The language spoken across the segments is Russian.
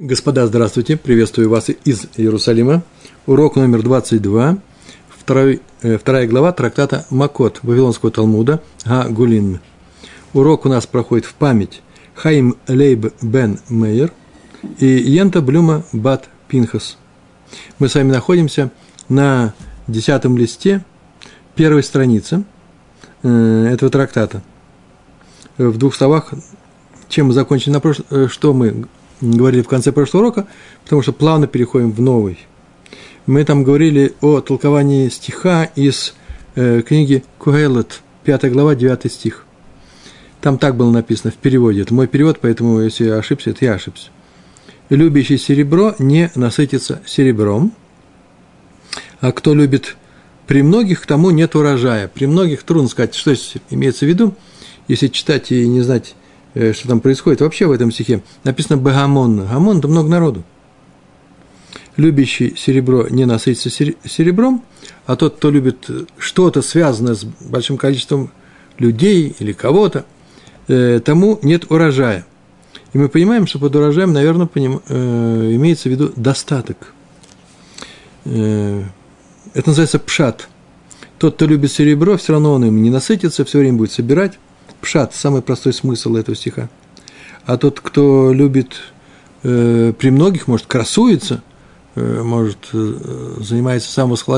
Господа, здравствуйте, приветствую вас из Иерусалима. Урок номер 22, вторая глава трактата Макот Вавилонского Талмуда Га-Гулин. Урок у нас проходит в память Хаим Лейб бен Мейер и Йента Блюма бат Пинхас. Мы с вами находимся на 10 листе первой страницы этого трактата. В двух словах, чем мы закончили что мы говорили в конце прошлого урока, потому что плавно переходим в новый. Мы там говорили о толковании стиха из книги Куэлет, 5 глава, 9 стих. Там так было написано в переводе. Это мой перевод, поэтому если я ошибся, это я ошибся. «Любящий серебро не насытится серебром, а кто любит премногих, к тому нет урожая». Премногих трудно сказать, что имеется в виду, если читать и не знать, что там происходит. Вообще в этом стихе написано «бегамон». Гамон – это много народу. Любящий серебро не насытится серебром, а тот, кто любит что-то, связанное с большим количеством людей или кого-то, тому нет урожая. И мы понимаем, что под урожаем, наверное, имеется в виду достаток. Это называется пшат. Тот, кто любит серебро, все равно он им не насытится, все время будет собирать. Пшат – самый простой смысл этого стиха. А тот, кто любит премногих, может, красуется, может, занимается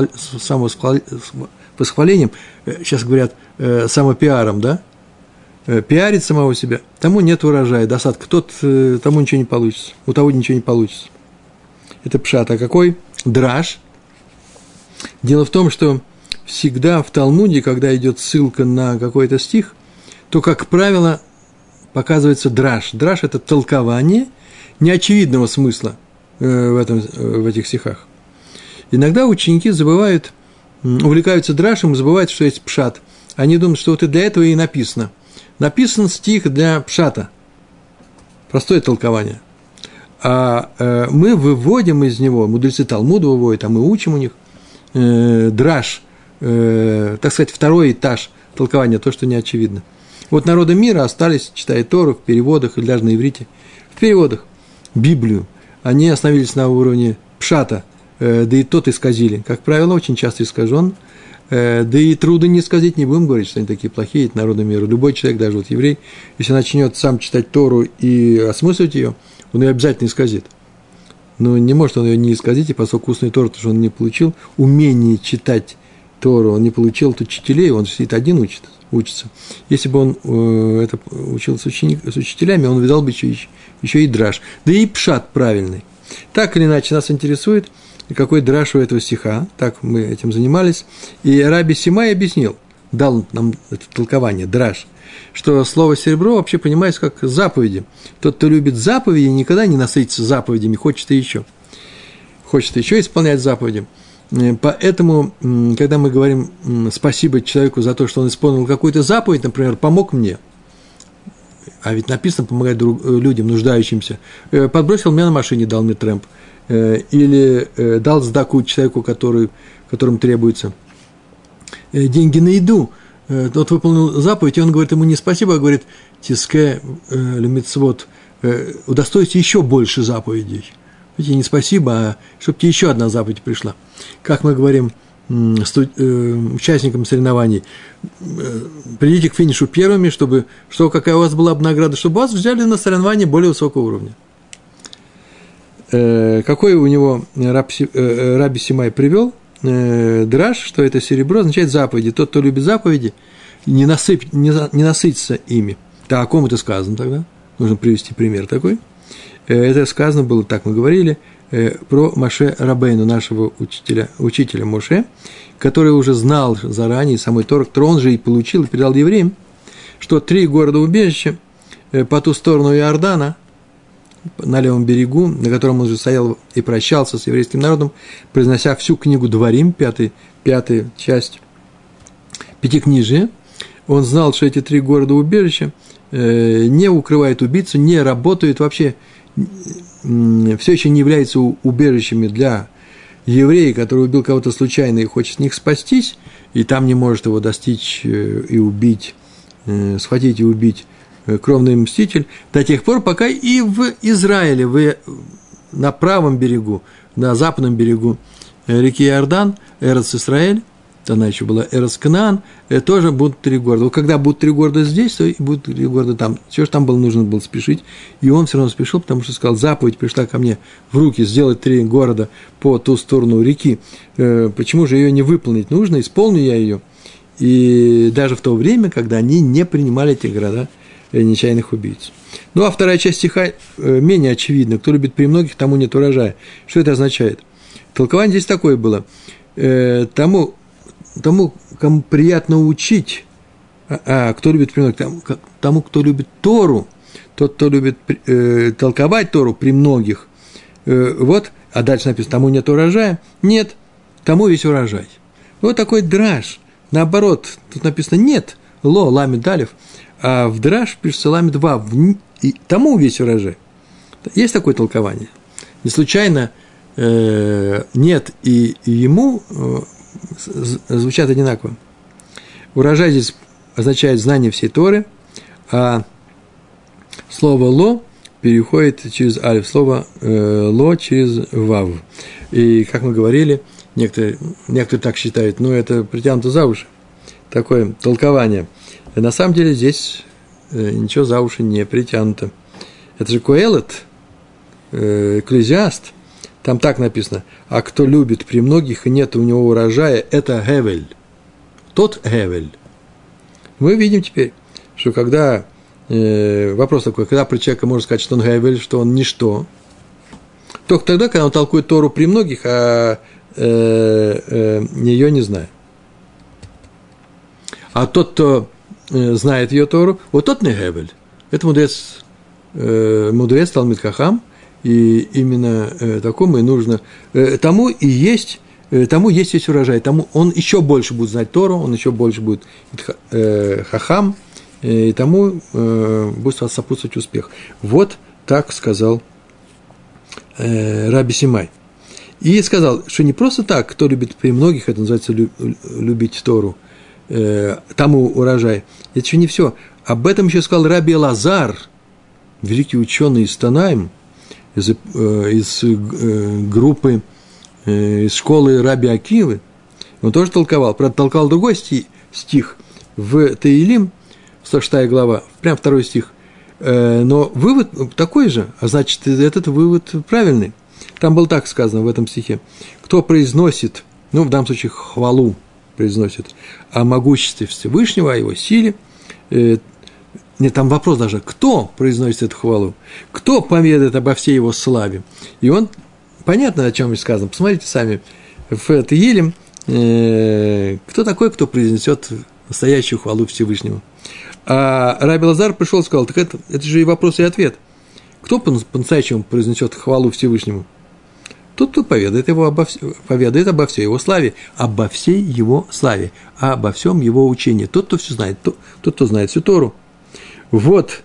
самовосхвалением, сейчас говорят, самопиаром, да? Пиарит самого себя, тому нет урожая, достатка. Тому ничего не получится, у того ничего не получится. Это пшат. А какой драж? Дело в том, что всегда в Талмуде, когда идет ссылка на какой-то стих, то, как правило, показывается драж. Драж – это толкование неочевидного смысла в этих стихах. Иногда ученики увлекаются дражем и забывают, что есть пшат. Они думают, что вот и для этого и написано. Написан стих для пшата. Простое толкование. А мы выводим из него, мудрецы Талмуда выводят, а мы учим у них драж, так сказать, второй этаж толкования, то, что не очевидно. Вот народы мира остались, читая Тору в переводах или даже на иврите, в переводах Библию. Они остановились на уровне пшата, да и тот исказили. Как правило, очень часто искажен. Да и трудно не сказать, не будем говорить, что они такие плохие, это народы мира. Любой человек, даже вот еврей, если начнет сам читать Тору и осмысливать ее, он ее обязательно исказит. Но не может он ее не исказить, и поскольку устный Тор, потому что он не получил умение читать Тору, он не получил от учителей, он сидит один учится. Если бы он это учил с учителями, он видал бы еще и драж. Да и пшат правильный. Так или иначе, нас интересует, какой драж у этого стиха. Так мы этим занимались. И Раби Симай объяснил, дал нам это толкование, драж, что слово «серебро» вообще понимается как заповеди. Тот, кто любит заповеди, никогда не насытится заповедями, хочет еще исполнять заповеди. Поэтому, когда мы говорим спасибо человеку за то, что он исполнил какую-то заповедь, например, помог мне, а ведь написано помогать людям, нуждающимся, подбросил меня на машине, дал мне трэмп, или дал сдаку человеку, которому требуется деньги на еду, тот выполнил заповедь, и он говорит ему не спасибо, а говорит «тиске лемитцвот», удостойся еще больше заповедей. Видите, не спасибо, а чтобы тебе еще одна заповедь пришла. Как мы говорим участникам соревнований, придите к финишу первыми, какая у вас была бы награда, чтобы вас взяли на соревнования более высокого уровня. Какой у него Раби Симай привел драж, что это серебро, означает заповеди. Тот, кто любит заповеди, не насытится ими. Так, о ком это сказано тогда? Нужно привести пример такой. Это сказано было, так мы говорили, про Моше Рабейну, нашего учителя Моше, который уже знал заранее самой Торы, который он же и получил, и передал евреям, что 3 города-убежища по ту сторону Иордана, на левом берегу, на котором он уже стоял и прощался с еврейским народом, произнося всю книгу Дворим, пятая часть Пятикнижия, он знал, что эти 3 города-убежища не укрывают убийцу, не работают вообще, все еще не являются убежищами для еврея, который убил кого-то случайно и хочет с них спастись, и там не может его достичь и убить, схватить и убить кровный мститель, до тех пор, пока и в Израиле, в на правом берегу, на западном берегу реки Иордан, Эрец Исраэль, она еще была Эрец Кнаан, тоже будут 3 города. Вот когда будут 3 города здесь, то и будут 3 города там. Все, что там было, нужно было спешить. И он все равно спешил, потому что сказал, заповедь пришла ко мне в руки сделать 3 города по ту сторону реки. Почему же ее не выполнить нужно? Исполню я ее. И даже в то время, когда они не принимали эти города нечаянных убийц. Ну, а вторая часть стиха менее очевидна. Кто любит при многих, тому нет урожая. Что это означает? Толкование здесь такое было. Тому, кому приятно учить, кто любит при многих, тому, кто любит Тору, тот, кто любит толковать Тору при многих, вот, а дальше написано, тому нет урожая, нет, тому весь урожай. Вот такой драж. Наоборот, тут написано нет, ло, ламед алеф, а в драж пишется ламед вав, и тому весь урожай. Есть такое толкование. Не случайно нет и ему звучат одинаково. Урожай здесь означает знание всей Торы, а слово «ло» переходит через алиф, слово «ло» через «вав». И, как мы говорили, некоторые так считают, но это притянуто за уши, такое толкование. На самом деле здесь ничего за уши не притянуто. Это же Коэлет, Экклезиаст, там так написано, а кто любит при многих и нет у него урожая, это Гевель, тот Гевель. Мы видим теперь, что когда, вопрос такой, когда про человека можно сказать, что он Гевель, что он ничто, только тогда, когда он толкует Тору при многих, а ее не знает. А тот, кто знает ее Тору, вот тот не Гевель. Это мудрец Талмид Хахам, и именно такому и нужно, тому есть весь урожай, тому он еще больше будет знать Тору, он еще больше будет хахам, и тому будет сопутствовать успех. Вот так сказал Раби Симай. И сказал, что не просто так, кто любит при многих, это называется любить Тору, тому урожай. Это еще не все. Об этом еще сказал Раби Элазар, великий ученый из Танаим, из группы, из школы Раби Акивы. Он тоже толковал. Правда, толковал другой стих в Теилим, 106 глава, прям 2 стих. Но вывод такой же, а значит, этот вывод правильный. Там было так сказано в этом стихе. Кто произносит, в данном случае хвалу произносит, о могуществе Всевышнего, о его силе, нет, там вопрос даже, кто произносит эту хвалу, кто поведает обо всей его славе. И он, понятно, о чем здесь сказано, посмотрите сами, в Теилим, кто такой, кто произнесет настоящую хвалу Всевышнего. А Раби Элазар пришел и сказал, так это же и вопрос, и ответ. Кто по-настоящему произнесет хвалу Всевышнему? Тот, кто поведает обо всей его славе, обо всей его славе, обо всем его учении. Тот, кто все знает, тот, кто знает всю Тору. Вот,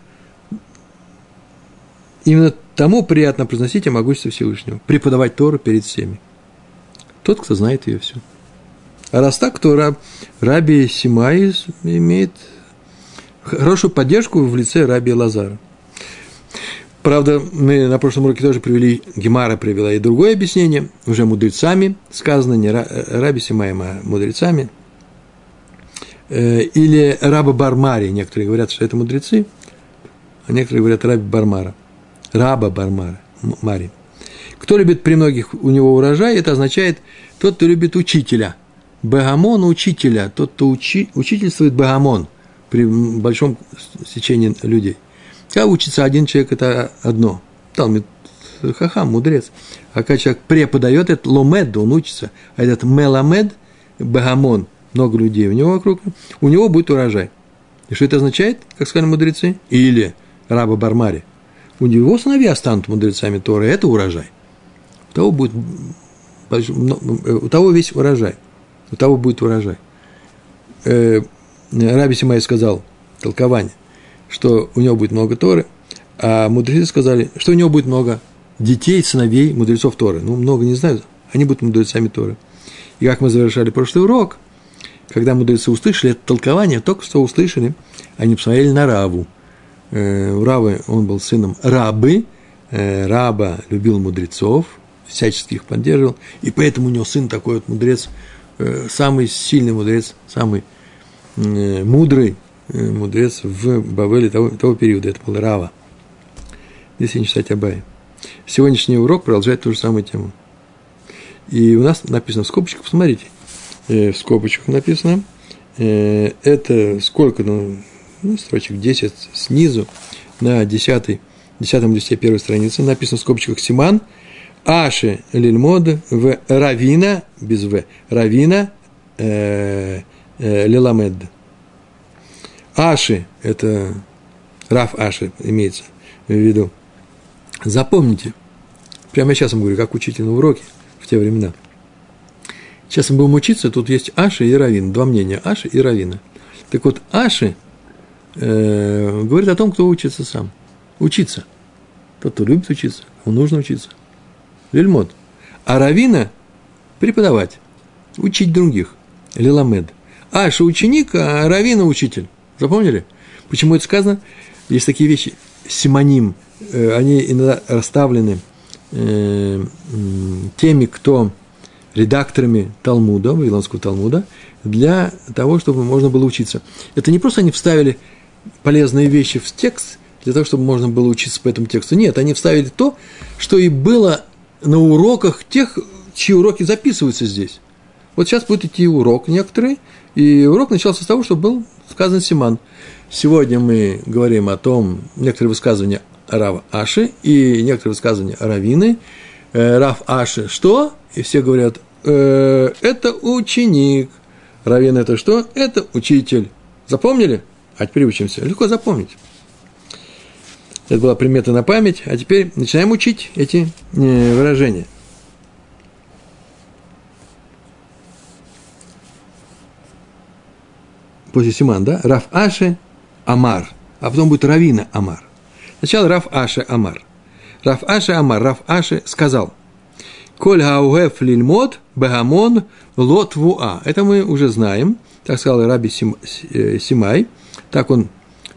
именно тому приятно произносить о могуществе Всевышнего, преподавать Тору перед всеми. Тот, кто знает ее всю. А раз так, то Раби Симай имеет хорошую поддержку в лице Раби Элазара. Правда, мы на прошлом уроке тоже Гемара привела и другое объяснение, уже мудрецами сказано, не Раби Симаем, а мудрецами. Или Раба Бармари, некоторые говорят, что это мудрецы, а некоторые говорят Раби Бармара, Раба Бармара, Мари. Кто любит при многих у него урожай, это означает тот, кто любит учителя. Бегамон учителя, тот, кто учительствует бегамон при большом стечении людей. Когда учится один человек, это одно. Талмид хахам, мудрец. А когда человек преподает, это ломед, он учится. А этот меламед, бегамон, много людей у него вокруг, у него будет урожай. И что это означает, как сказали мудрецы? Или Раба Бармари. У него сыновья станут мудрецами Торы, это урожай. У того весь урожай. У того будет урожай. Раби Симай сказал, толкование, что у него будет много Торы, а мудрецы сказали, что у него будет много детей, сыновей, мудрецов Торы. Много не знаю, они будут мудрецами Торы. И как мы завершали прошлый урок, когда мудрецы услышали это толкование, только что услышали, они посмотрели на Раву. У Равы он был сыном Рабы, Раба любил мудрецов, всячески их поддерживал, и поэтому у него сын такой вот мудрец, самый сильный мудрец, самый мудрый мудрец в Бавеле того периода, это был Рава. Здесь я не читать Абай. Сегодняшний урок продолжает ту же самую тему. И у нас написано в скобочках, посмотрите, в скобочках написано, это сколько, строчек 10 снизу, на 10 листе первой страницы, написано в скобочках Симан, Аши лильмод в равина, без в, равина лиламед. Аши, это Рав Аши имеется в виду. Запомните, прямо сейчас вам говорю, как учитель на уроке в те времена. Сейчас мы будем учиться, тут есть Аши и Равин, два мнения, Аши и Равина. Так вот, Аши говорит о том, кто учится сам. Учиться. Тот, кто любит учиться, ему нужно учиться. Лильмод. А Равина – преподавать, учить других. Лиламед. Аши – ученик, а Равина – учитель. Запомнили? Почему это сказано? Есть такие вещи, симоним, они иногда расставлены теми, кто редакторами Талмуда, Вавилонского Талмуда, для того, чтобы можно было учиться. Это не просто они вставили полезные вещи в текст, для того, чтобы можно было учиться по этому тексту. Нет, они вставили то, что и было на уроках тех, чьи уроки записываются здесь. Вот сейчас будет идти урок некоторый, и урок начался с того, что был сказан Симан. Сегодня мы говорим о том, некоторые высказывания Рава Аши и некоторые высказывания Равины. Рав Аши что? И все говорят, это ученик. Равин это что? Это учитель. Запомнили? А теперь учимся. Легко запомнить. Это была примета на память. А теперь начинаем учить эти выражения. После Симан, да? Рав Аши Амар. А потом будет Равина Амар. Сначала Рав Аши Амар. Рав Аши Амар. Рав Аши сказал. Коль хауэф лильмот бегамон лотвуа. Это мы уже знаем. Так сказал Раби Симай. Так он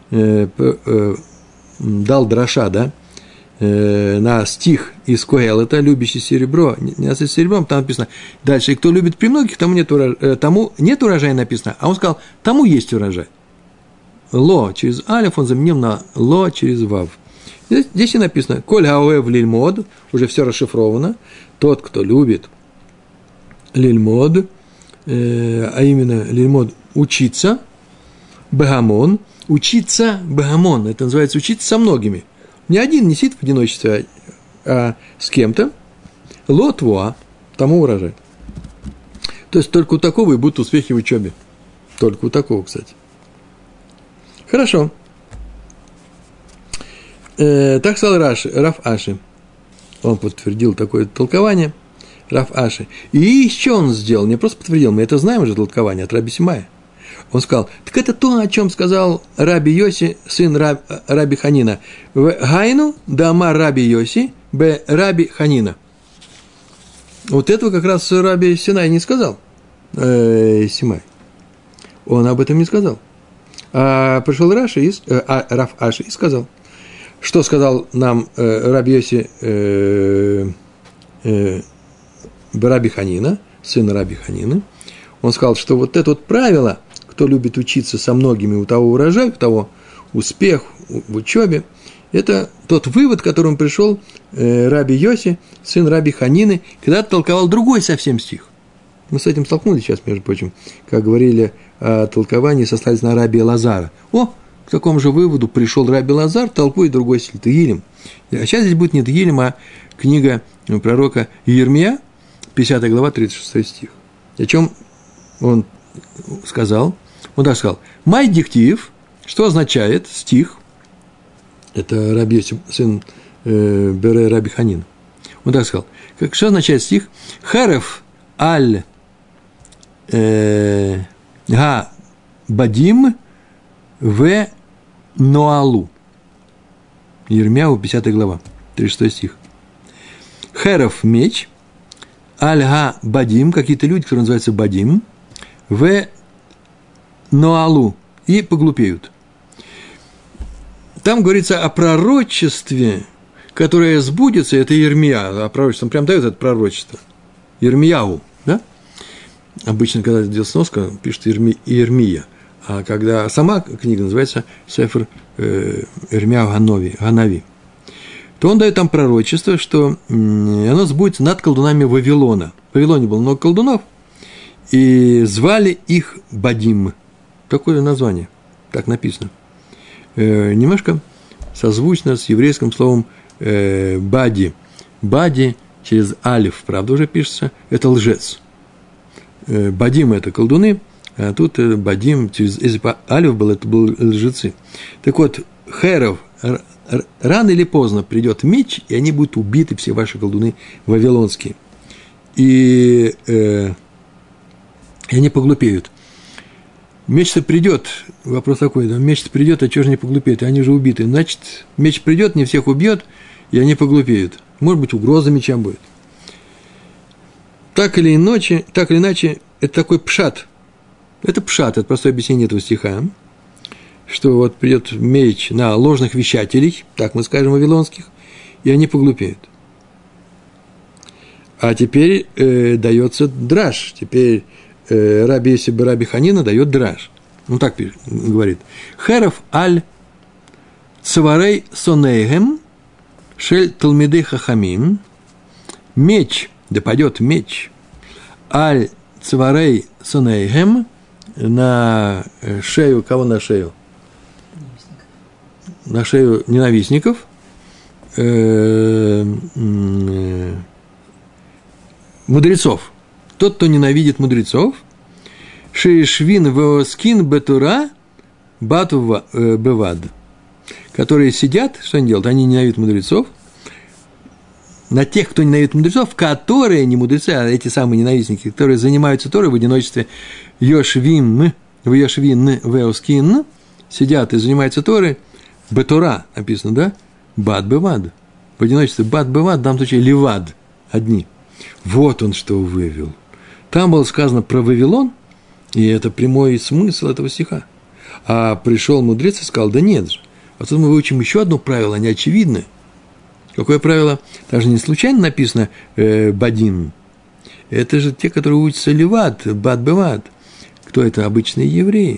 дал дроша, да, на стих из Коэлета, любящий серебро, не с серебром, там написано дальше, и кто любит премногих, тому нет урожая написано, а он сказал, тому есть урожай. Ло через алиф он заменил на ло через вав. Здесь и написано, коль хауэв лильмод, уже все расшифровано, тот, кто любит лильмод, а именно лильмод учиться, бегамон, учиться бегамон, это называется учиться со многими. Не один не сидит в одиночестве, а с кем-то. Лотвуа, тому урожай. То есть только у такого и будут успехи в учебе. Только у такого, кстати. Хорошо. Так сказал Рав Аши. Он подтвердил такое толкование. Рав Аши. И еще он сделал, не просто подтвердил, мы это знаем уже толкование от Раби Симая. Он сказал, так это то, о чем сказал Раби Йоси, сын Раби Ханина. В Гайну дама Раби Йоси, б Раби Ханина. Вот этого как раз Раби Синай не сказал. Симай. Он об этом не сказал. А пришел Рав Аши и сказал. Что сказал нам Раби Йоси Раби Ханина, сын Раби Ханины? Он сказал, что вот это вот правило, кто любит учиться со многими, у того урожай, у того успех в учебе, это тот вывод, к которому пришел Раби Йоси, сын Раби Ханины, когда толковал другой совсем стих. Мы с этим столкнулись сейчас, между прочим, как говорили о толковании, сослались на Раби Лазара. К такому же выводу пришел Раби Лазар, толкует другой стих, Тегилим. А сейчас здесь будет не Тегилим, а книга пророка Иеремия, 50 глава, 36 стих. О чем он сказал? Он так сказал, «Май диктив», что означает стих, это Раби Йоси, сын Бере Раби Ханин. Он так сказал, что означает стих? «Харев аль га бадим в ноалу». Иеремия, 50 глава, 36 стих. «Харев» – меч, аль га бадим, какие-то люди, которые называются бадим, в ноалу, и поглупеют. Там говорится о пророчестве, которое сбудется, это Ирмия, а пророчество, он прям дает это пророчество. Ирмияу, да? Обычно, когда идет сноска, пишет Ирмия, а когда сама книга называется Сефер Ирмияу Ганави, то он дает там пророчество, что оно сбудется над колдунами Вавилона. В Вавилоне было много колдунов, и звали их Бадим. Такое название, так написано. Немножко созвучно с еврейским словом Бади. Бади через алиф, правда, уже пишется, это лжец. Бадим – это колдуны, а тут Бадим, если бы алиф был, это были лжецы. Так вот, Херов, рано или поздно придет меч, и они будут убиты, все ваши колдуны вавилонские. И они поглупеют. Меч-то придет, вопрос такой, да, меч-то придет, а чего же не поглупеют, они же убиты. Значит, меч придет, не всех убьет, и они поглупеют. Может быть, угроза мечам будет. Так или иначе, это такой пшат. Это пшат, это простое объяснение этого стиха, что вот придет меч на ложных вещателей, так мы скажем, вавилонских, и они поглупеют. А теперь дается драж, теперь Раби Йоси бен Раби Ханина дает драж. Ну, так говорит. Херов аль цварей сонейгем шель талмидей хахамим. Меч, да падет меч, аль цварей сонейгем, на шею, кого на шею? На шею ненавистников, мудрецов. Тот, кто ненавидит мудрецов, шеишвин веоскин бетура бату бевад, которые сидят, что они делают? Они ненавидят мудрецов, на тех, кто ненавидит мудрецов, которые не мудрецы, а эти самые ненавистники, которые занимаются Торой в одиночестве, йошвин веоскин, сидят и занимаются Торой, бетура написано, да? Бат бевад. В одиночестве бат бевад, в данном случае левад, одни. Вот он что вывел. Там было сказано про Вавилон, и это прямой смысл этого стиха. А пришел мудрец и сказал, да нет же. А тут мы выучим еще одно правило, неочевидное. Какое правило? Там же не случайно написано «бадин». Это же те, которые учатся левад, бад-бевад. Кто это? Обычные евреи.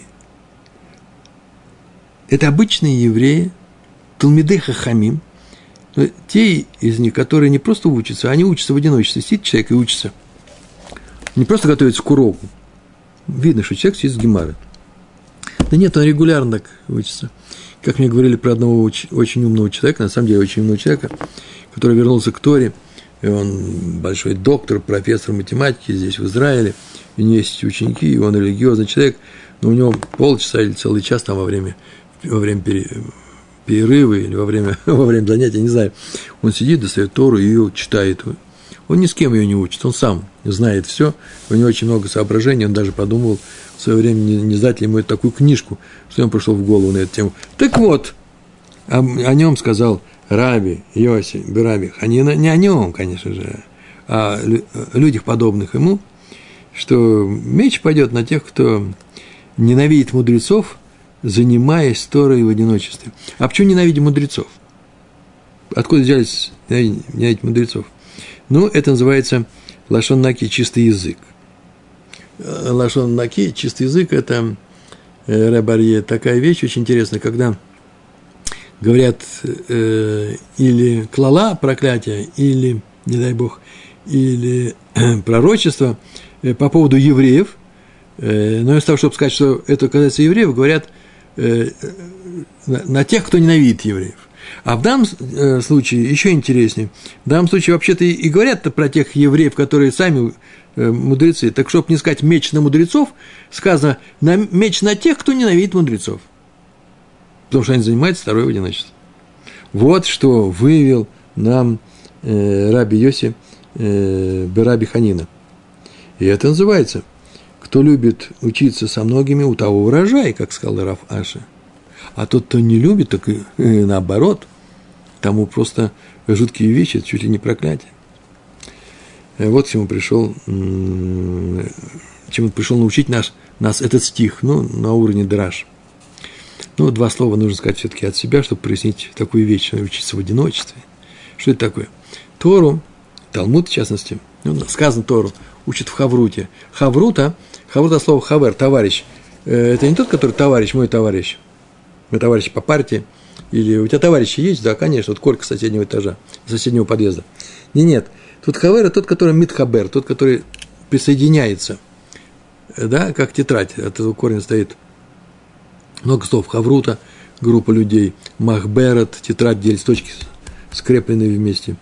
Это обычные евреи, талмидей хахамим. Те из них, которые не просто учатся, они учатся в одиночестве. Сидит человек и учится. Не просто готовится к уроку. Видно, что человек сидит с гемары. Да нет, он регулярно так учится. Как мне говорили про одного очень умного человека, на самом деле очень умного человека, который вернулся к Торе, и он большой доктор, профессор математики здесь, в Израиле, у него есть ученики, и он религиозный человек, но у него полчаса или целый час там во время перерыва или во время занятия, не знаю, он сидит, достает Тору и ее читает. Он ни с кем ее не учит, он сам знает все, у него очень много соображений, он даже подумал в свое время, не сдать ли ему такую книжку, что ему пришло в голову на эту тему. Так вот, о нем сказал Раби Йоси бен Раби Ханина, не о нем, конечно же, а о людях, подобных ему, что меч пойдет на тех, кто ненавидит мудрецов, занимаясь Торой в одиночестве. А почему ненавидим мудрецов? Откуда взялись ненавидеть мудрецов? Ну, это называется лашон наки, чистый язык. Лашон наки, чистый язык – это, Ребе Арье, такая вещь очень интересная, когда говорят или клала, проклятие, или, не дай бог, или пророчество по поводу евреев, но вместо того, чтобы сказать, что это касается евреев, говорят на тех, кто ненавидит евреев. А в данном случае еще интереснее. В данном случае вообще-то и говорят-то про тех евреев, которые сами мудрецы. Так, чтобы не сказать меч на мудрецов, сказано меч на тех, кто ненавидит мудрецов. Потому что они занимаются второй в одиночестве. Вот что вывел нам Раби Йоси бен Раби Ханина. И это называется: кто любит учиться со многими, у того урожай, как сказал Рав Аши. А тот, кто не любит, так и наоборот, тому просто жуткие вещи, это чуть ли не проклятие. Вот к чему пришел научить нас этот стих, на уровне драж. Два слова нужно сказать все-таки от себя, чтобы прояснить такую вещь, учиться в одиночестве. Что это такое? Тору, Талмуд в частности, сказано Тору, учат в Хавруте. Хаврута слово хавер, товарищ. Это не тот, который товарищ, мой товарищ. Мы товарищи по партии. Или у тебя товарищи есть? Да, конечно. Вот Колька с соседнего этажа, соседнего подъезда. Нет. Тут хавер – тот, который митхабер, тот, который присоединяется. Да, как тетрадь. От этого корня стоит много слов. Хаврута – группа людей. Махберат – тетрадь, где листочки скрепленные вместе.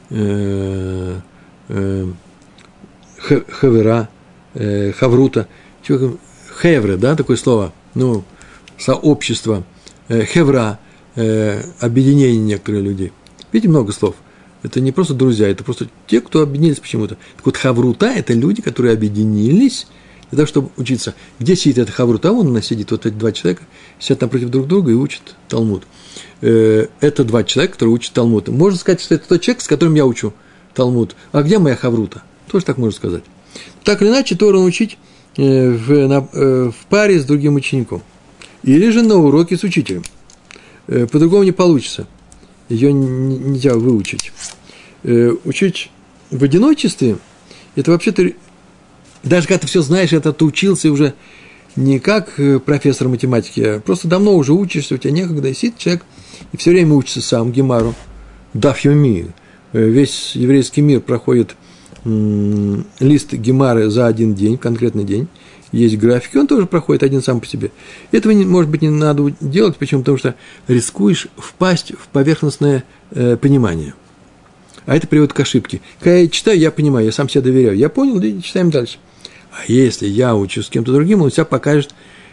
Хавера, хаврута. Хевре, да, такое слово. Сообщество. Хевра. Объединение некоторых людей. Видите, много слов. Это не просто друзья, это просто те, кто объединились почему-то. Так вот, хаврута – это люди, которые объединились для того, чтобы учиться. Где сидит эта хаврута? Вон она сидит, вот эти два человека сидят напротив друг друга и учат Талмуд. Это два человека, которые учат Талмуд. Можно сказать, что это тот человек, с которым я учу Талмуд. А где моя хаврута? Тоже так можно сказать. Так или иначе, Тору учить в паре с другим учеником. Или же на уроке с учителем. По-другому не получится. Ее нельзя выучить. Учить в одиночестве, это вообще-то, даже когда ты все знаешь, это ты учился уже не как профессор математики, а просто давно уже учишься, у тебя некогда, и сидит человек, и все время учится сам Гемару. Даф Йоми. Весь еврейский мир проходит лист Гемары за один день, конкретный день. Есть графики, он тоже проходит один сам по себе. Этого, может быть, не надо делать. Почему? Потому что рискуешь впасть в поверхностное понимание. А это приводит к ошибке. Когда я читаю, я понимаю, я сам себе доверяю. Я понял, и читаем дальше. А если я учусь с кем-то другим, он себя покажет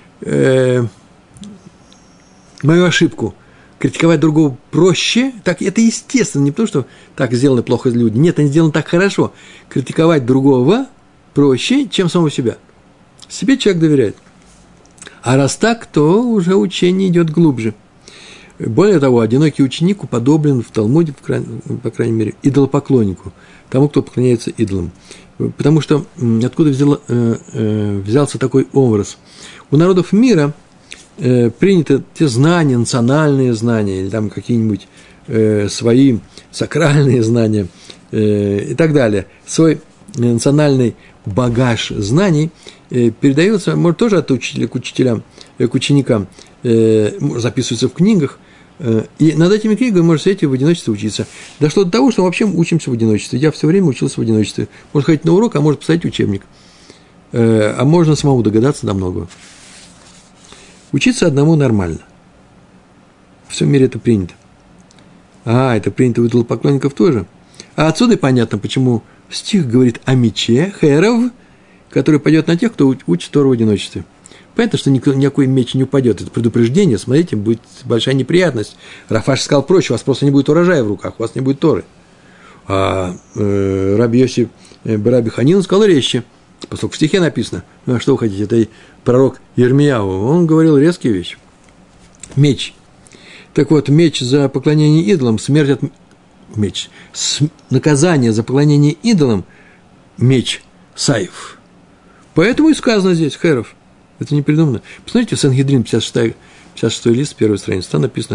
мою ошибку. Критиковать другого проще, так это естественно, не потому что так сделаны плохо люди. Нет, они сделаны так хорошо. Критиковать другого проще, чем самого себя. Себе человек доверяет. А раз так, то уже учение идет глубже. Более того, одинокий ученик уподоблен в Талмуде, по крайней мере, идолопоклоннику, тому, кто поклоняется идолам. Потому что откуда взялся такой образ? У народов мира приняты те знания, национальные знания, или там какие-нибудь свои сакральные знания и так далее. Свой национальный багаж знаний передается, может, тоже от учителя к учителям, к ученикам, записывается в книгах, и над этими книгами можно сидеть и в одиночестве учиться. Дошло до того, что мы вообще учимся в одиночестве. Я все время учился в одиночестве. Можно ходить на урок, а может поставить учебник. А можно самому догадаться до многого. Учиться одному нормально. В всем мире это принято. Это принято у идолопоклонников тоже. А отсюда и понятно, почему стих говорит о мече, херов, который пойдет на тех, кто учит Тору в одиночестве. Понятно, что никакой меч не упадет. Это предупреждение, смотрите, будет большая неприятность. Рафаш сказал проще, у вас просто не будет урожая в руках, у вас не будет Торы. А Раби Йоси Раби Ханин сказал резче, поскольку в стихе написано. А что вы хотите, это и пророк Йирмияу, он говорил резкие вещи. Меч. Так вот, меч за поклонение идолам, смерть от... Меч. Наказание за поклонение идолам – меч, сайф. Поэтому и сказано здесь, херов. Это не придумано. Посмотрите, в Сангедрин, 56 лист, первой страницы, там написано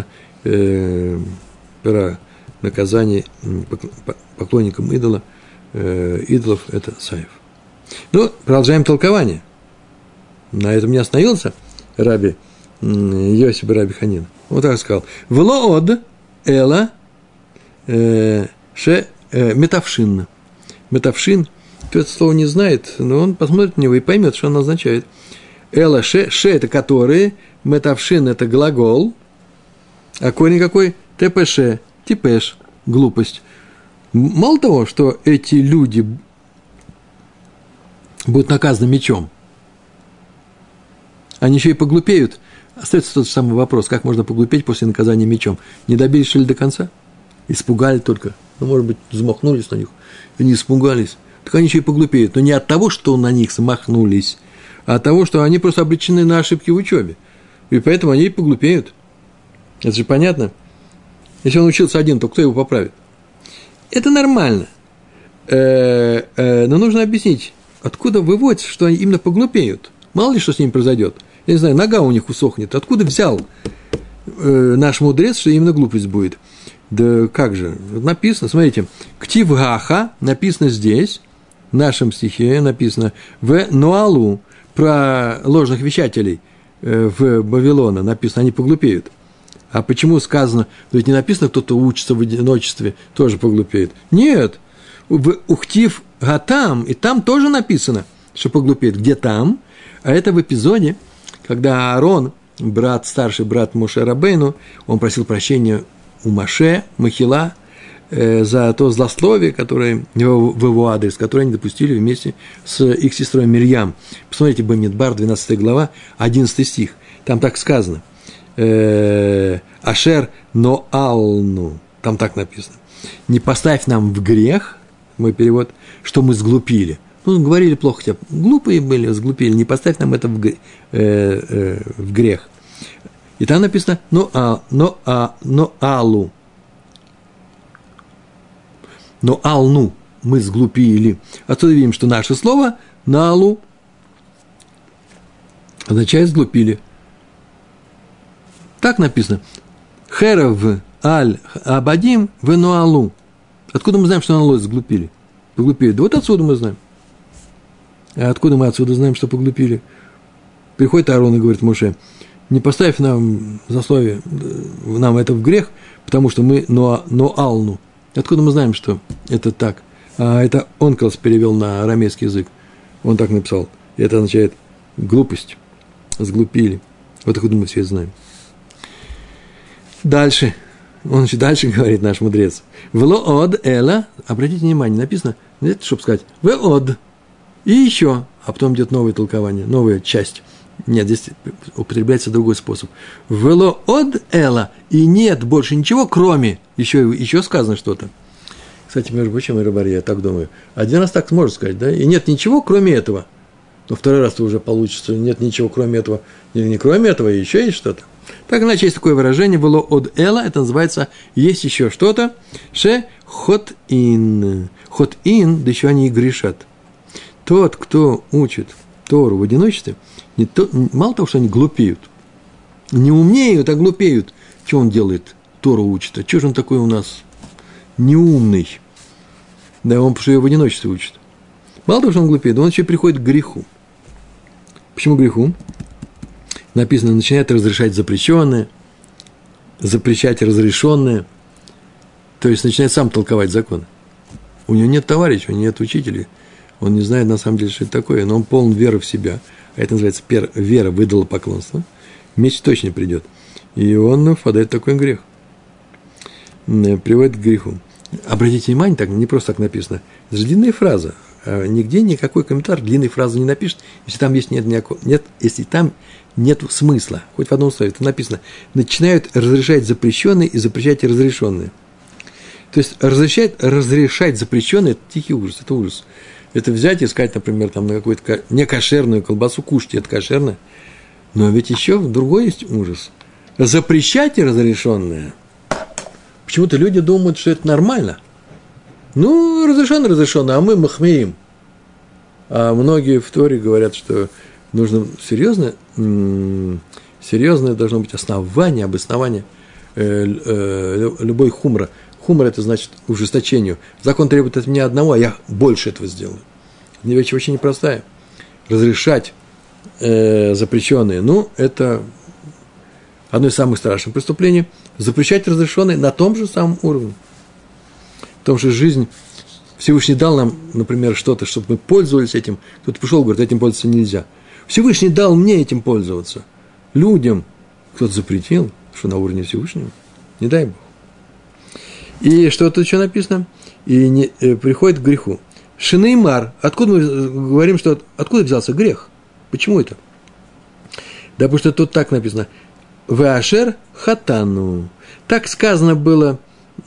про наказание поклонникам идолов – это сайф. Продолжаем толкование. На этом не остановился Раби Йоси Раби Ханин. Вот так сказал. «Влоод эла метавшин». Метавшин, кто это слово не знает, но он посмотрит на него и поймет, что оно означает. Эла ше это которые, метавшин – это глагол, а корень какой? ТПШ, типеш, глупость. Мало того, что эти люди будут наказаны мечом, они еще и поглупеют. Остается тот же самый вопрос, как можно поглупеть после наказания мечом? Не добились, что ли, до конца? Испугали только. Может быть, замахнулись на них и не испугались. Так они еще и поглупеют. Но не от того, что на них замахнулись, а от того, что они просто обречены на ошибки в учебе. И поэтому они и поглупеют. Это же понятно. Если он учился один, то кто его поправит? Это нормально. Но нужно объяснить, откуда выводится, что они именно поглупеют. Мало ли, что с ними произойдет. Я не знаю, нога у них усохнет. Откуда взял наш мудрец, что именно глупость будет? Да как же? Написано, смотрите, «Ктив гаха» написано здесь, в нашем стихе написано «в Ноалу», про ложных вещателей в Вавилона написано, они поглупеют. А почему сказано, ведь не написано, кто-то учится в одиночестве, тоже поглупеет. Нет, в «Ухтив гатам», и там тоже написано, что поглупеет. Где там? А это в эпизоде, когда Аарон, старший брат Моше Рабейну, он просил прощения у Моше, Махила, за то злословие, которое в его адрес, которое они допустили вместе с их сестрой Мирьям. Посмотрите, Бамидбар, 12 глава, 11 стих. Там так сказано. Ашер ноалну. Там так написано. Не поставь нам в грех, мой перевод, что мы сглупили. Ну, говорили плохо, хотя глупые были, сглупили. Не поставь нам это в грех. И там написано ноалу. Но алну мы сглупили. Отсюда видим, что наше слово налу означает сглупили. Так написано. Херав аль абадим в нуалу. Откуда мы знаем, что налу сглупили? Поглупили. Да вот отсюда мы знаем. А откуда мы отсюда знаем, что поглупили? Приходит Аарон и говорит Моше, не поставь нам засловие, нам это в грех, потому что мы ноалну. Откуда мы знаем, что это так? А это Онкелс перевел на арамейский язык. Он так написал. И это означает глупость. Сглупили. Вот откуда мы все это знаем. Дальше. Он еще дальше говорит, наш мудрец. Влоод эла. Обратите внимание, написано, это чтобы сказать, влоод. И еще. А потом идет новое толкование, новая часть. Нет, здесь употребляется другой способ. Влоод эла. И нет больше ничего, кроме. Еще сказано что-то. Кстати, между прочим, Рабари, я так думаю. Один раз так сможешь сказать, да? И нет ничего, кроме этого. Но второй раз-то уже получится. Нет ничего, кроме этого. Или не кроме этого, еще есть что-то. Так иначе есть такое выражение. Вело од эла. Это называется есть еще что-то. Ше хот ин. Хот ин, да еще они и грешат. Тот, кто учит Тору в одиночестве, мало того, что они глупеют, не умнеют, а глупеют. Что он делает? Тору учит. А что же он такой у нас неумный? Да, он потому что ее в одиночестве учит. Мало того, что он глупеет, он еще приходит к греху. Почему к греху? Написано, начинает разрешать запрещенное, запрещать разрешенное, то есть начинает сам толковать законы. У него нет товарища, у него нет учителей, он не знает на самом деле, что это такое, но он полон веры в себя. А это называется вера в идолопоклонство. Меч точно придет. И он впадает в такой грех. Приводит к греху. Обратите внимание, так не просто так написано. Это же длинная фраза. Нигде никакой комментарий длинной фразы не напишет, если там если там нет смысла. Хоть в одном слове. Это написано. Начинают разрешать запрещенные и запрещать разрешенные. То есть разрешать запрещенные – это тихий ужас, это ужас. Это взять и сказать, например, там, на какую-то некошерную колбасу кушайте, это кошерно. Но ведь еще другой есть ужас. Запрещать разрешенное. Почему-то люди думают, что это нормально. Ну, разрешено, а мы махмеем. А многие в Торе говорят, что нужно серьезное должно быть основание, обоснование любой хумра. Хумр – это значит ужесточению. Закон требует от меня одного, а я больше этого сделаю. Вещь очень непростая. Разрешать запрещенные, это одно из самых страшных преступлений. Запрещать разрешенные на том же самом уровне. Потому что жизнь Всевышний дал нам, например, что-то, чтобы мы пользовались этим. Кто-то пришел и говорит, этим пользоваться нельзя. Всевышний дал мне этим пользоваться. Людям кто-то запретил, что на уровне Всевышнего. Не дай Бог. И что тут еще написано? Приходит к греху. Шинеймар. Откуда мы говорим, что откуда взялся грех? Почему это? Да потому что тут так написано. Веашер хатану. Так сказано было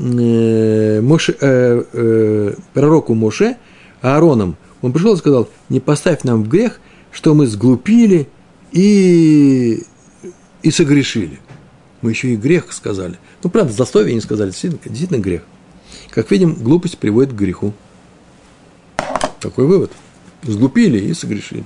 пророку Моше, Аароном. Он пришел и сказал, не поставь нам в грех, что мы сглупили и согрешили. Мы еще и грех сказали. Правда, злословие не сказали, действительно грех. Как видим, глупость приводит к греху. Такой вывод. Сглупили и согрешили.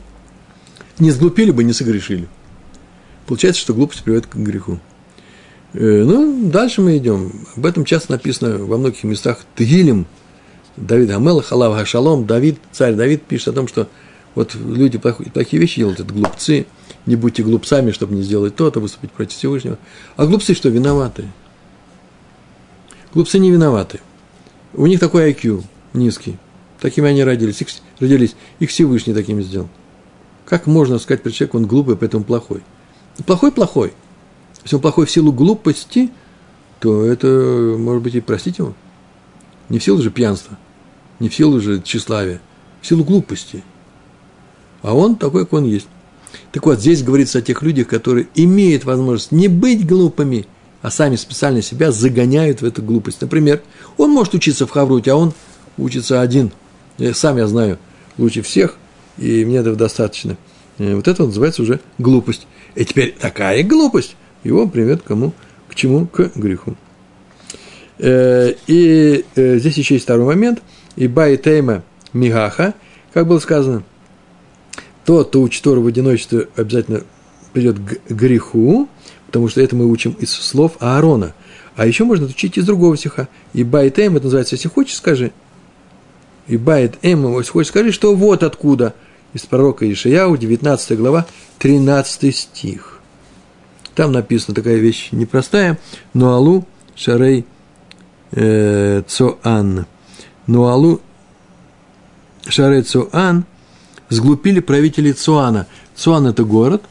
Не сглупили бы, не согрешили. Получается, что глупость приводит к греху. Дальше мы идем. Об этом часто написано во многих местах Тегилим. Давид Амелах, Аллах Хашалом, царь Давид пишет о том, что вот люди плохие вещи делают, это глупцы, не будьте глупцами, чтобы не сделать то-то, выступить против Всевышнего. А глупцы что, виноваты? Глупцы не виноваты. У них такой IQ низкий. Такими они родились. Их Всевышний такими сделал. Как можно сказать про человека, он глупый, поэтому плохой? Плохой. Если он плохой в силу глупости, то это, может быть, и простить его. Не в силу же пьянства, не в силу же тщеславия, в силу глупости. А он такой, как он есть. Так вот, здесь говорится о тех людях, которые имеют возможность не быть глупыми, а сами специально себя загоняют в эту глупость. Например, он может учиться в Хавруте, а он учится один. Я знаю лучше всех, и мне этого достаточно. Вот это называется уже глупость. И теперь такая глупость его приведет к чему? К греху. И здесь еще есть второй момент. Иба и тейма мигаха, как было сказано, тот, кто учит Тору в одиночестве, обязательно придет к греху, потому что это мы учим из слов Аарона. А еще можно учить из другого стиха. Иба и тейма, это называется, если хочешь, скажи. Иба и тейма, если хочешь, скажи, что вот откуда. Из пророка Ишаяу, 19 глава, 13 стих. Там написана такая вещь непростая. Нуалу шарей Цоан. Нуалу шарей Цоан. Сглупили правители Цоана. Цоан – это город.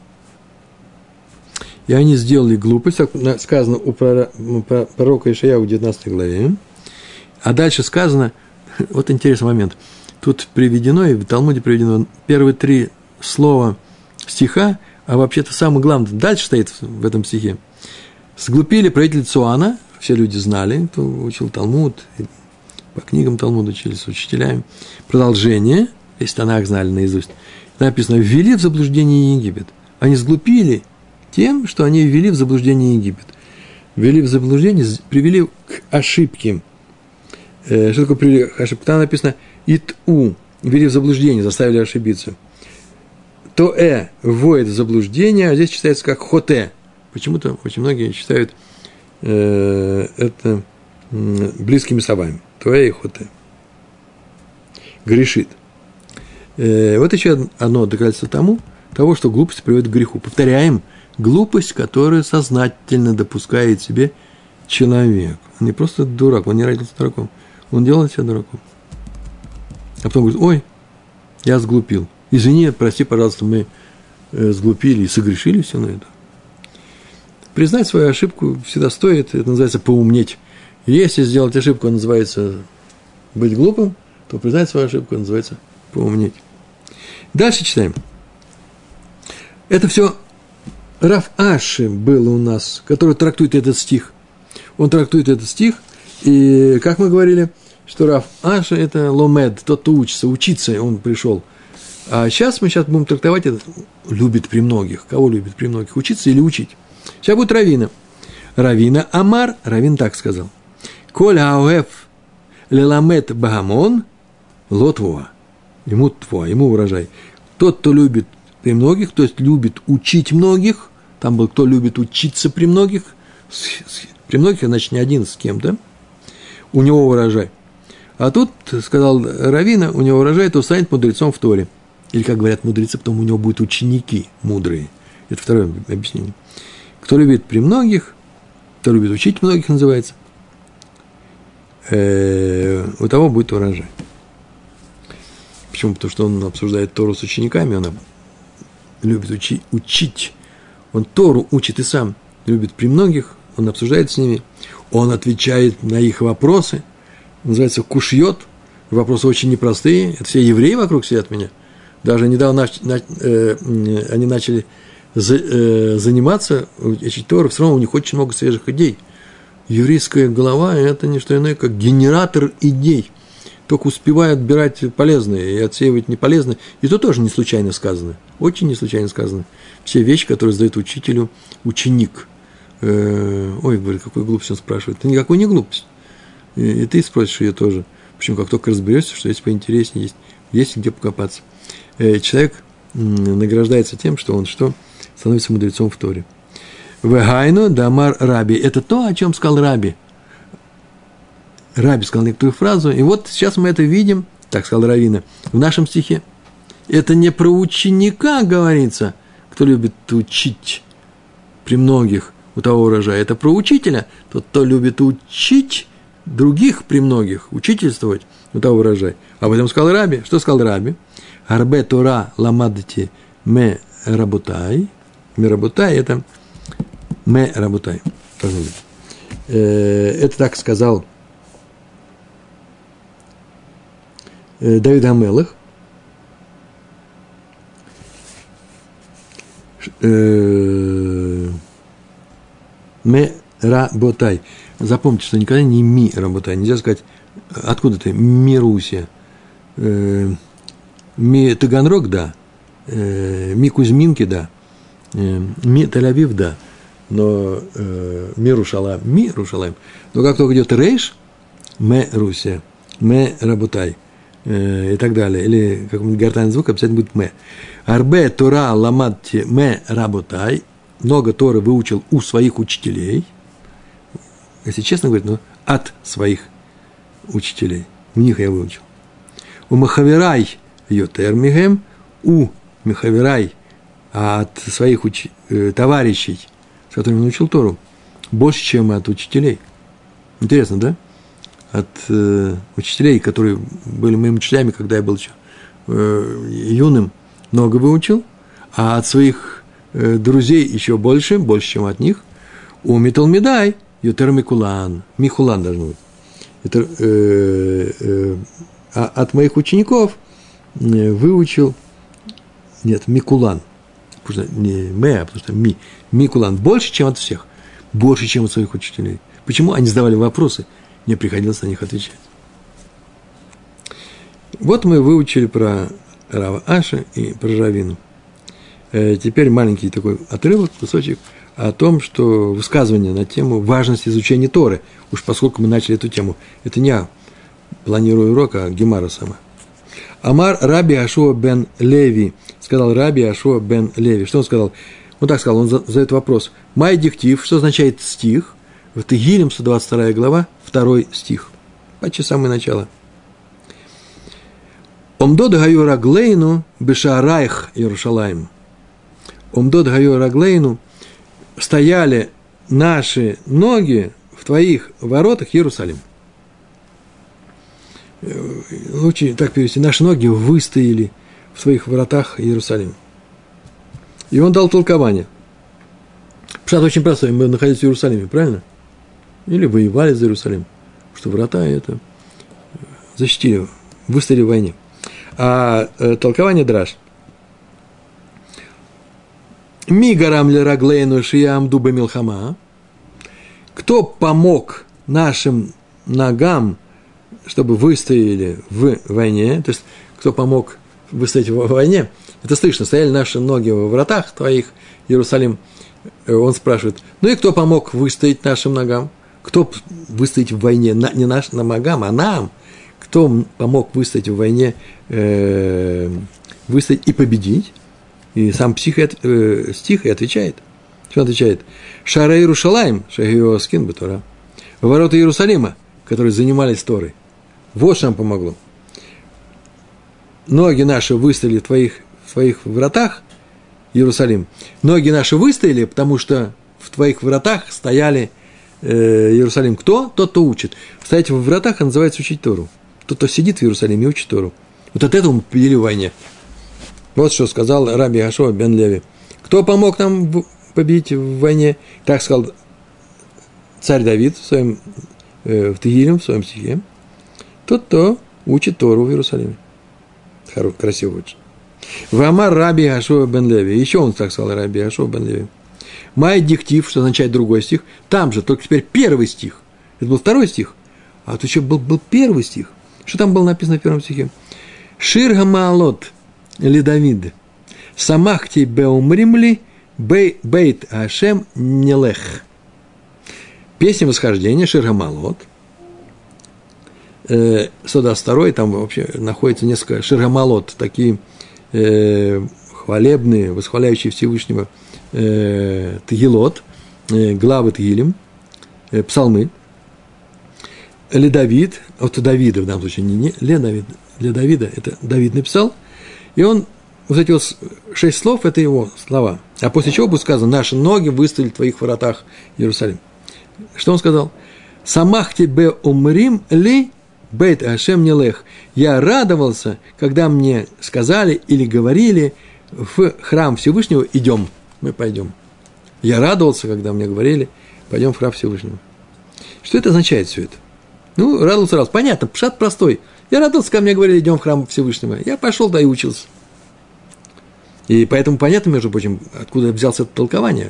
И они сделали глупость. Так сказано у пророка Ишаяу в 19 главе. А дальше сказано, вот интересный момент. Тут приведено, и в Талмуде приведено первые 3 слова стиха, а вообще-то самое главное, дальше стоит в этом стихе. Сглупили правители Цоана, все люди знали, кто учил Талмуд, по книгам Талмуда учились с учителями. Продолжение, весь Танах знали наизусть. Написано, ввели в заблуждение Египет. Они сглупили тем, что они ввели в заблуждение Египет. Ввели в заблуждение, привели к ошибке. Что такое привели к ошибке? Там написано «ит-у», ввели в заблуждение, заставили ошибиться. То-э вводит в заблуждение, а здесь читается как «хоте». Почему-то очень многие считают это близкими словами. То-э и «хоте». Грешит. Вот еще одно доказательство того, что глупость приводит к греху. Повторяем, глупость, которую сознательно допускает себе человек. Он не просто дурак, он не родился дураком. Он делает себя дураком. А потом говорит, ой, я сглупил. Извини, прости, пожалуйста, мы сглупили и согрешили все на это. Признать свою ошибку всегда стоит, это называется поумнеть. Если сделать ошибку, называется быть глупым, то признать свою ошибку называется поумнеть. Дальше читаем. Это все Рав Аши был у нас, который трактует этот стих. Он трактует этот стих, и, как мы говорили, что Рав Аши – это ломед, тот, кто учиться он пришел. А сейчас мы будем трактовать это, любит при многих. Кого любит при многих? Учиться или учить? Сейчас будет Равина. Равина Амар, Равин так сказал. Коль ауэф леламет багамон лотвуа. Ему урожай. Тот, кто любит при многих, то есть любит учить многих, там был, кто любит учиться при многих, значит, не один с кем-то, у него урожай. А тут, сказал Равина, у него урожай, то станет мудрецом в Торе. Или, как говорят мудрецы, потом у него будут ученики мудрые. Это второе объяснение. Кто любит при многих, кто любит учить многих, называется, у того будет урожай. Почему? Потому что он обсуждает Тору с учениками, он любит учить. Он Тору учит и сам любит при многих, он обсуждает с ними, он отвечает на их вопросы, называется кушьет, вопросы очень непростые, это все евреи вокруг сидят меня. Даже недавно они начали заниматься, учить Тору, все равно у них очень много свежих идей. Еврейская голова – это не что иное, как генератор идей. Только успевают отбирать полезные и отсеивать неполезные. И то тоже не случайно сказано. Очень не случайно сказано. Все вещи, которые задает учителю ученик. Ой, говорит, какой глупость он спрашивает. Это никакой не глупость. И ты спросишь ее тоже. Почему? Как только разберешься, что есть поинтереснее, есть где покопаться. Человек награждается тем, что он становится мудрецом в Торе. Вегайну дамар раби. Это то, о чем сказал раби. Раби сказал некоторую фразу, и вот сейчас мы это видим, так сказал Равина, в нашем стихе. Это не про ученика говорится, кто любит учить при многих у того урожая. Это про учителя, тот, кто любит учить других при многих, учительствовать у того урожая. Об этом сказал раби. Что сказал раби? Арбе Тора ламадти ме работай. Ме работай – это ме работай. Это так сказал Давид ха-Мелех. Ме работай. Запомните, что никогда не ми работай. Нельзя сказать, откуда ты? Мируся. Ми Таганрог, да. Ми Кузьминки, да. Ми Тель-Авив, да. Но ми Рушалаем. Но как только идет рейш, ме Руся, ме работай. И так далее. Или какой-нибудь гортанный звук обязательно будет ме. Арбе Тора ламадти ме работай. Много Торы выучил у своих учителей. Если честно говорить, но от своих учителей. У них я выучил. У Махаверай йотер мигем, у Махаверай, а от своих товарищей, с которыми он учил Тору, больше, чем от учителей. Интересно, да? От учителей, которые были моими учителями, когда я был еще юным, много выучил, а от своих друзей еще больше, чем от них. У Миталмидай йотер микулан, михулан должно быть. Это, от моих учеников выучил, нет, микулан, потому что не мэ, а потому что микулан, больше, чем от всех, больше, чем от своих учителей. Почему? Они задавали вопросы, мне приходилось на них отвечать. Вот мы выучили про Рава Аши и про Равину. Теперь маленький такой отрывок, кусочек о том, что высказывание на тему важности изучения Торы, уж поскольку мы начали эту тему, это не я планирую урок, а Гемара сама. Амар Раби Ашуа бен Леви, сказал Раби Ашуа бен Леви. Что он сказал? Он так сказал, он задает вопрос. Май диктив, что означает стих? В Тегилим, 122 глава, 2 стих. Почти самое начало. Омдод гаю раглейну бешаарайх Иерушалаим. Омдод гаю раглейну, стояли наши ноги в твоих воротах, Иерусалим. Лучше так перевести. Наши ноги выстояли в своих воротах Иерусалима. И он дал толкование. Пшат очень простой. Мы находились в Иерусалиме, правильно? Или воевали за Иерусалим. Что врата это защитили, выстояли в войне. А толкование драш. Ми гарам ле раглейну шиям дуба милхама. Кто помог нашим ногам, чтобы выстояли в войне, то есть кто помог выстоять в войне, это слышно, стояли наши ноги во вратах твоих, Иерусалим, он спрашивает, ну и кто помог выстоять нашим ногам? Кто выстоять в войне? Не нашим ногам, а нам. Кто помог выстоять в войне, выстоять и победить? И сам стих и отвечает. Что он отвечает? Шара Иерушалаим, шагиоскин бетура. Ворота Иерусалима, которые занимались Торой. Вот что нам помогло. Ноги наши выстояли в твоих вратах, Иерусалим. Ноги наши выстояли, потому что в твоих вратах стояли Иерусалим. Кто? Тот, кто учит. Стоять в вратах называется учить Тору. Тот, кто сидит в Иерусалиме и учит Тору. Вот от этого мы победили в войне. Вот что сказал Раби Ашуа бен Леви. Кто помог нам победить в войне? Так сказал царь Давид в Тегилим, в своем стихе. Тот, кто учит Тору в Иерусалиме. Красиво очень. Вамар Раби Ашуа бен Леви. Еще он так сказал, Раби Ашуа бен Леви. Май диктив, что означает другой стих. Там же, только теперь первый стих. Это был второй стих. А тут еще был первый стих. Что там было написано в первом стихе? Шир гамаалот ли Давид. Самахти беумримли бейт Ашем нелех. Песня восхождения, Шир гамаалот. 122, там вообще находится несколько Шир гамаалот, такие хвалебные, восхваляющие Всевышнего Тегилот, главы Тегилим, псалмы, Ле Давид, от Давида в данном случае, не Ле Давид, для Давида, это Давид написал, и он, вот эти вот 6 слов, это его слова. А после чего будет сказано: наши ноги выставили в твоих воротах, Иерусалим. Что он сказал? Самахти бе умрим ли бейт ашем нелех. Я радовался, когда мне сказали или говорили: в храм Всевышнего идем, мы пойдем. Я радовался, когда мне говорили: пойдем в храм Всевышнего. Что это означает все это? Ну, радовался сразу. Понятно, пшат простой. Я радовался, когда мне говорили: идем в храм Всевышнего. Я пошел, да и учился. И поэтому понятно, между прочим, откуда взялось это толкование.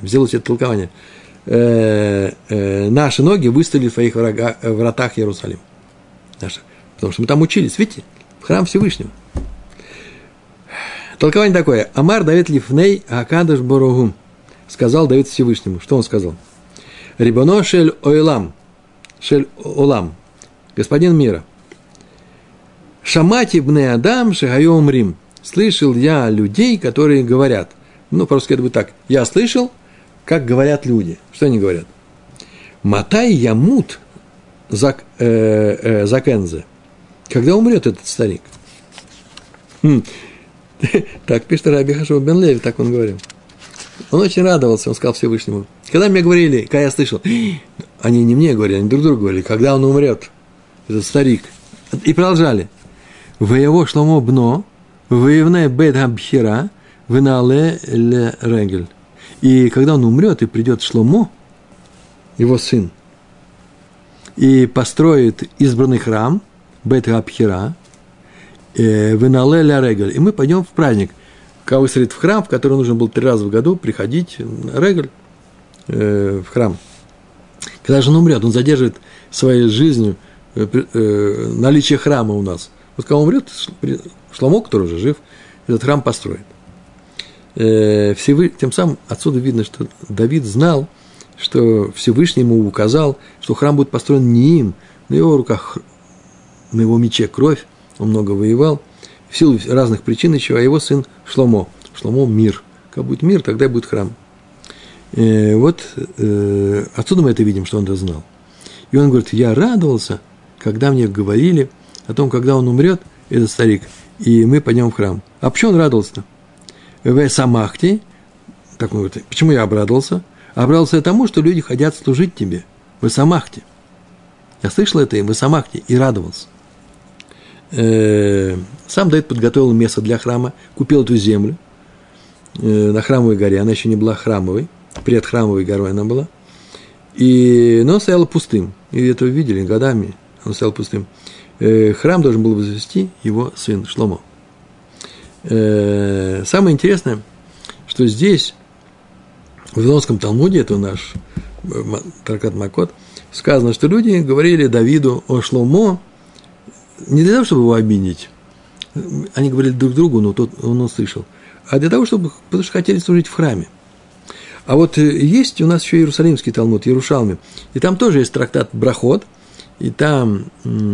Наши ноги выставили в твоих вратах Иерусалим. Наши. Потому что мы там учились, видите, в храм Всевышнего. Толкование такое. Амар Давид лифней акадыш боругу. Сказал Давид Всевышнему. Что он сказал? Рибоно шель ойлам. Шель олам. Господин мира. Шамати бне адам шехайом рим. Слышал я людей, которые говорят. Ну, просто это будет так. Я слышал, как говорят люди. Что они говорят? Матай ямут закензе. Когда умрет этот старик? Так пишет Раби Хашуа бен Леви, так он говорил. Он очень радовался, он сказал Всевышнему. Когда мне говорили, когда я слышал, они не мне говорили, они друг другу говорили, когда он умрет, этот старик. И продолжали. Воево шломо бно, воевне бет абхира, венале ле регель. И когда он умрет, и придет Шломо, его сын, и построит избранный храм, бет абхира, венале ле регель. И мы пойдем в праздник. Когда высадит в храм, в который нужно было 3 раза в году приходить на регель, в храм. Когда же он умрет, он задерживает своей жизнью наличие храма у нас. Вот когда он умрет, Шломо, который уже жив, этот храм построит. Тем самым отсюда видно, что Давид знал, что Всевышний ему указал, что храм будет построен не им, на его руках, на его мече кровь, он много воевал, в силу разных причин еще, а его сын Шломо. Шломо – мир. Когда будет мир, тогда и будет храм. Вот отсюда мы это видим, что он это знал. И он говорит: я радовался, когда мне говорили о том, когда он умрет, этот старик, и мы пойдем в храм. А почему он радовался-то? В самахте, так он говорит, почему я обрадовался? Обрадовался тому, что люди хотят служить тебе. В самахте. Я слышал это, и в самахте, и радовался. Сам Давид подготовил место для храма, купил эту землю на Храмовой горе, она еще не была храмовой, предхрамовой горой она была, но она стояла пустым, и это видели годами, она стояла пустым. Храм должен был возвести его сын Шломо. Самое интересное, что здесь, в Вавилонском Талмуде, это наш Трактат Макот, сказано, что люди говорили Давиду о Шломо не для того, чтобы его обидеть, они говорили друг другу, но он услышал, а для того, потому что хотели служить в храме. А вот есть у нас еще Иерусалимский Талмуд, Иерушалми, и там тоже есть трактат Брахот, и там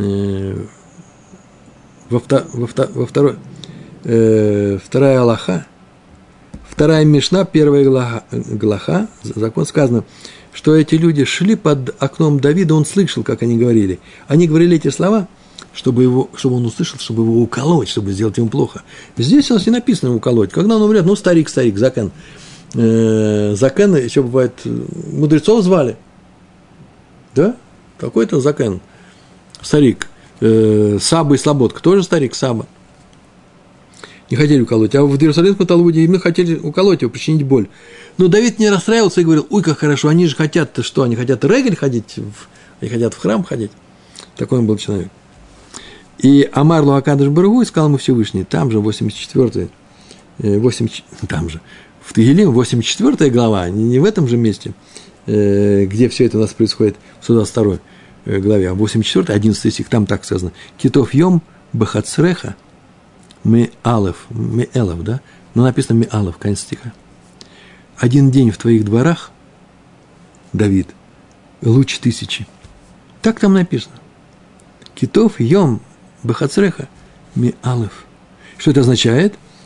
вторая Алаха, вторая Мишна, первая Галаха, закон сказано, что эти люди шли под окном Давида, он слышал, как они говорили. Они говорили эти слова, чтобы он услышал, чтобы его уколоть, чтобы сделать ему плохо. Здесь у нас не написано уколоть. Когда он умрет, старик, закен. Закен еще бывает, мудрецов звали. Да? Какой-то закен. Старик. Саба и Слободка тоже старик, Саба. Не хотели уколоть. А в Иерусалимском Талмуде именно хотели уколоть его, причинить боль. Но Давид не расстраивался и говорил: ой, как хорошо, они же хотят-то что? Они хотят регель ходить, они хотят в храм ходить. Такой он был человек. И Амар Луакадыш Баругу искал ему Всевышний. Там же 84-й, там же, в Тегилим 84 глава, не в этом же месте, где все это у нас происходит в 122 главе, а 84, 11 стих, там так сказано. Китов йом бахацреха ми алев, да? Но написано ми алев, конец стиха. Один день в твоих дворах, Давид, лучше 1000. Так там написано. Китов йом бахацреха ми алев. Что это означает?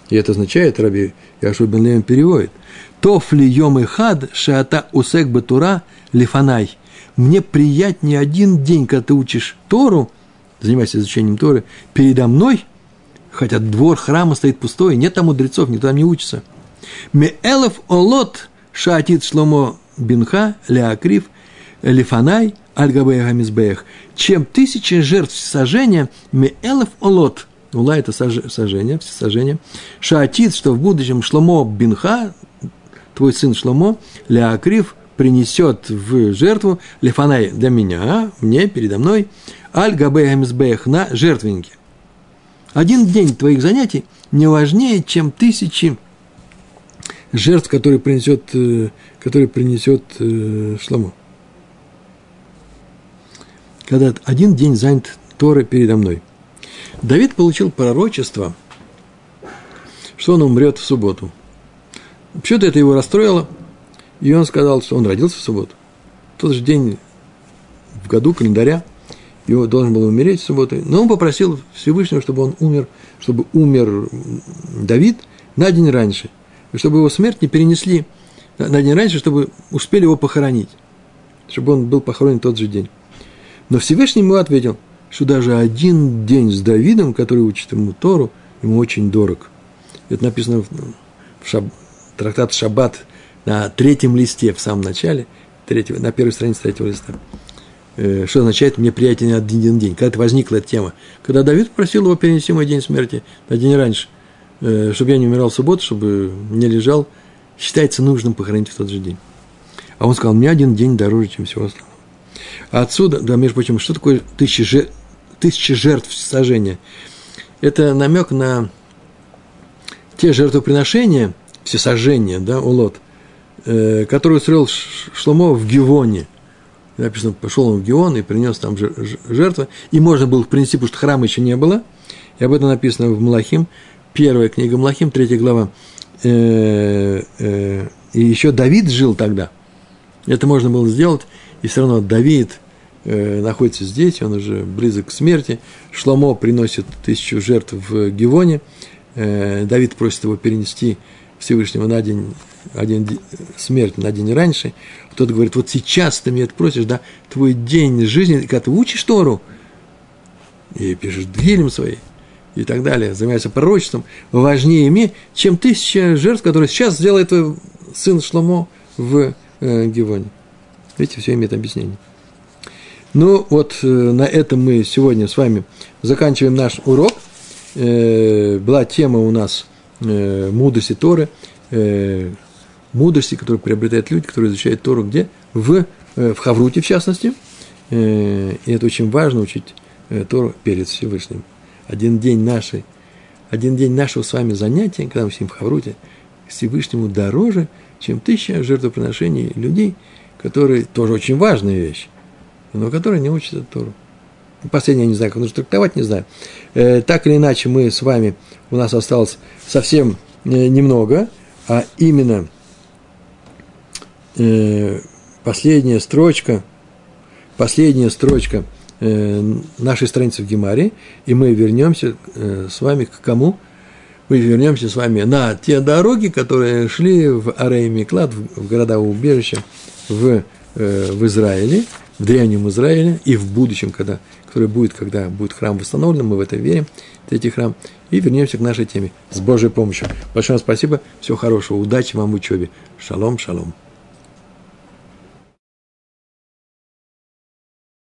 И это означает, Раби Яшуа бен Левин переводит, «Тоф ли йом эхад шеата усек бетура лифанай». Мне приятнее один день, когда ты учишь Тору, занимаешься изучением Торы, передо мной, хотя двор храма стоит пустой, нет там мудрецов, никто там не учится. «Меэлев олот шаатит шломо бинха леакрив лифанай аль-габей гамизбеях». Чем 1000 жертв всесожжения, «меэлев олот». Ула – это сожжение, всесожжение. Шаатит, что в будущем Шломо бинха, твой сын Шломо, леакрив, принесет в жертву лефанай для меня, мне, передо мной, аль-габей гамизбеях, на жертвеннике. Один день твоих занятий не важнее, чем 1000 жертв, которые принесет Шломо. Когда один день занят Торой передо мной. Давид получил пророчество, что он умрет в субботу. Почему-то это его расстроило, и он сказал, что он родился в субботу. В тот же день в году календаря его должен был умереть в субботу, но он попросил Всевышнего, чтобы умер Давид на день раньше, и чтобы его смерть не перенесли на день раньше, чтобы успели его похоронить, чтобы он был похоронен в тот же день. Но Всевышний ему ответил, что даже один день с Давидом, который учит ему Тору, ему очень дорог. Это написано в трактат Шаббат на 3-м листе, в самом начале, на первой странице 3-го листа. Что означает «мне приятен один день». Когда-то возникла эта тема. Когда Давид просил его перенести мой день смерти на день раньше, чтобы я не умирал в субботу, чтобы не лежал, считается нужным похоронить в тот же день. А он сказал, мне один день дороже, чем всего остального. А отсюда, да, между прочим, что такое 1000 жертв всесожжения? Это намек на те жертвоприношения, всесожжения, да, улот, которые устроил Шломо в Гивоне. Написано, пошел он в Гивон и принес там жертвы. И можно было их принести, потому что храма еще не было. И об этом написано в Малахим, 1 книга Малахим, 3 глава. И еще Давид жил тогда. Это можно было сделать, и все равно Давид находится здесь, он уже близок к смерти. Шломо приносит 1000 жертв в Гивоне. Давид просит его перенести Всевышнего на день, смерть на день раньше. Кто-то говорит, вот сейчас ты меня это просишь, да, твой день жизни, когда ты учишь Тору, и пишешь дгилем свои, и так далее, занимаешься пророчеством, важнее мне, чем 1000 жертв, которые сейчас сделает твой сын Шломо в Гивоне. Видите, все имеет объяснение. Ну, вот на этом мы сегодня с вами заканчиваем наш урок. Была тема у нас мудрости Торы, мудрости, которые приобретают люди, которые изучают Тору где? В Хавруте, в частности. И это очень важно, учить Тору перед Всевышним. Один день нашего с вами занятия, когда мы сидим в Хавруте, Всевышнему дороже, чем 1000 жертвоприношений людей, которые тоже очень важная вещь, но которые не учат Тору. Последнее, я не знаю, как нужно трактовать, не знаю. Так или иначе, мы с вами, у нас осталось совсем немного, а именно последняя строчка нашей страницы в Гемаре, и мы вернемся с вами к кому? Мы вернемся с вами на те дороги, которые шли в Арей Миклат, в города-убежища в Израиле, в древнем Израиле и в будущем, когда будет храм восстановлен, мы в это верим, третий храм, и вернемся к нашей теме с Божьей помощью. Большое спасибо, всего хорошего, удачи вам в учебе. Шалом, шалом.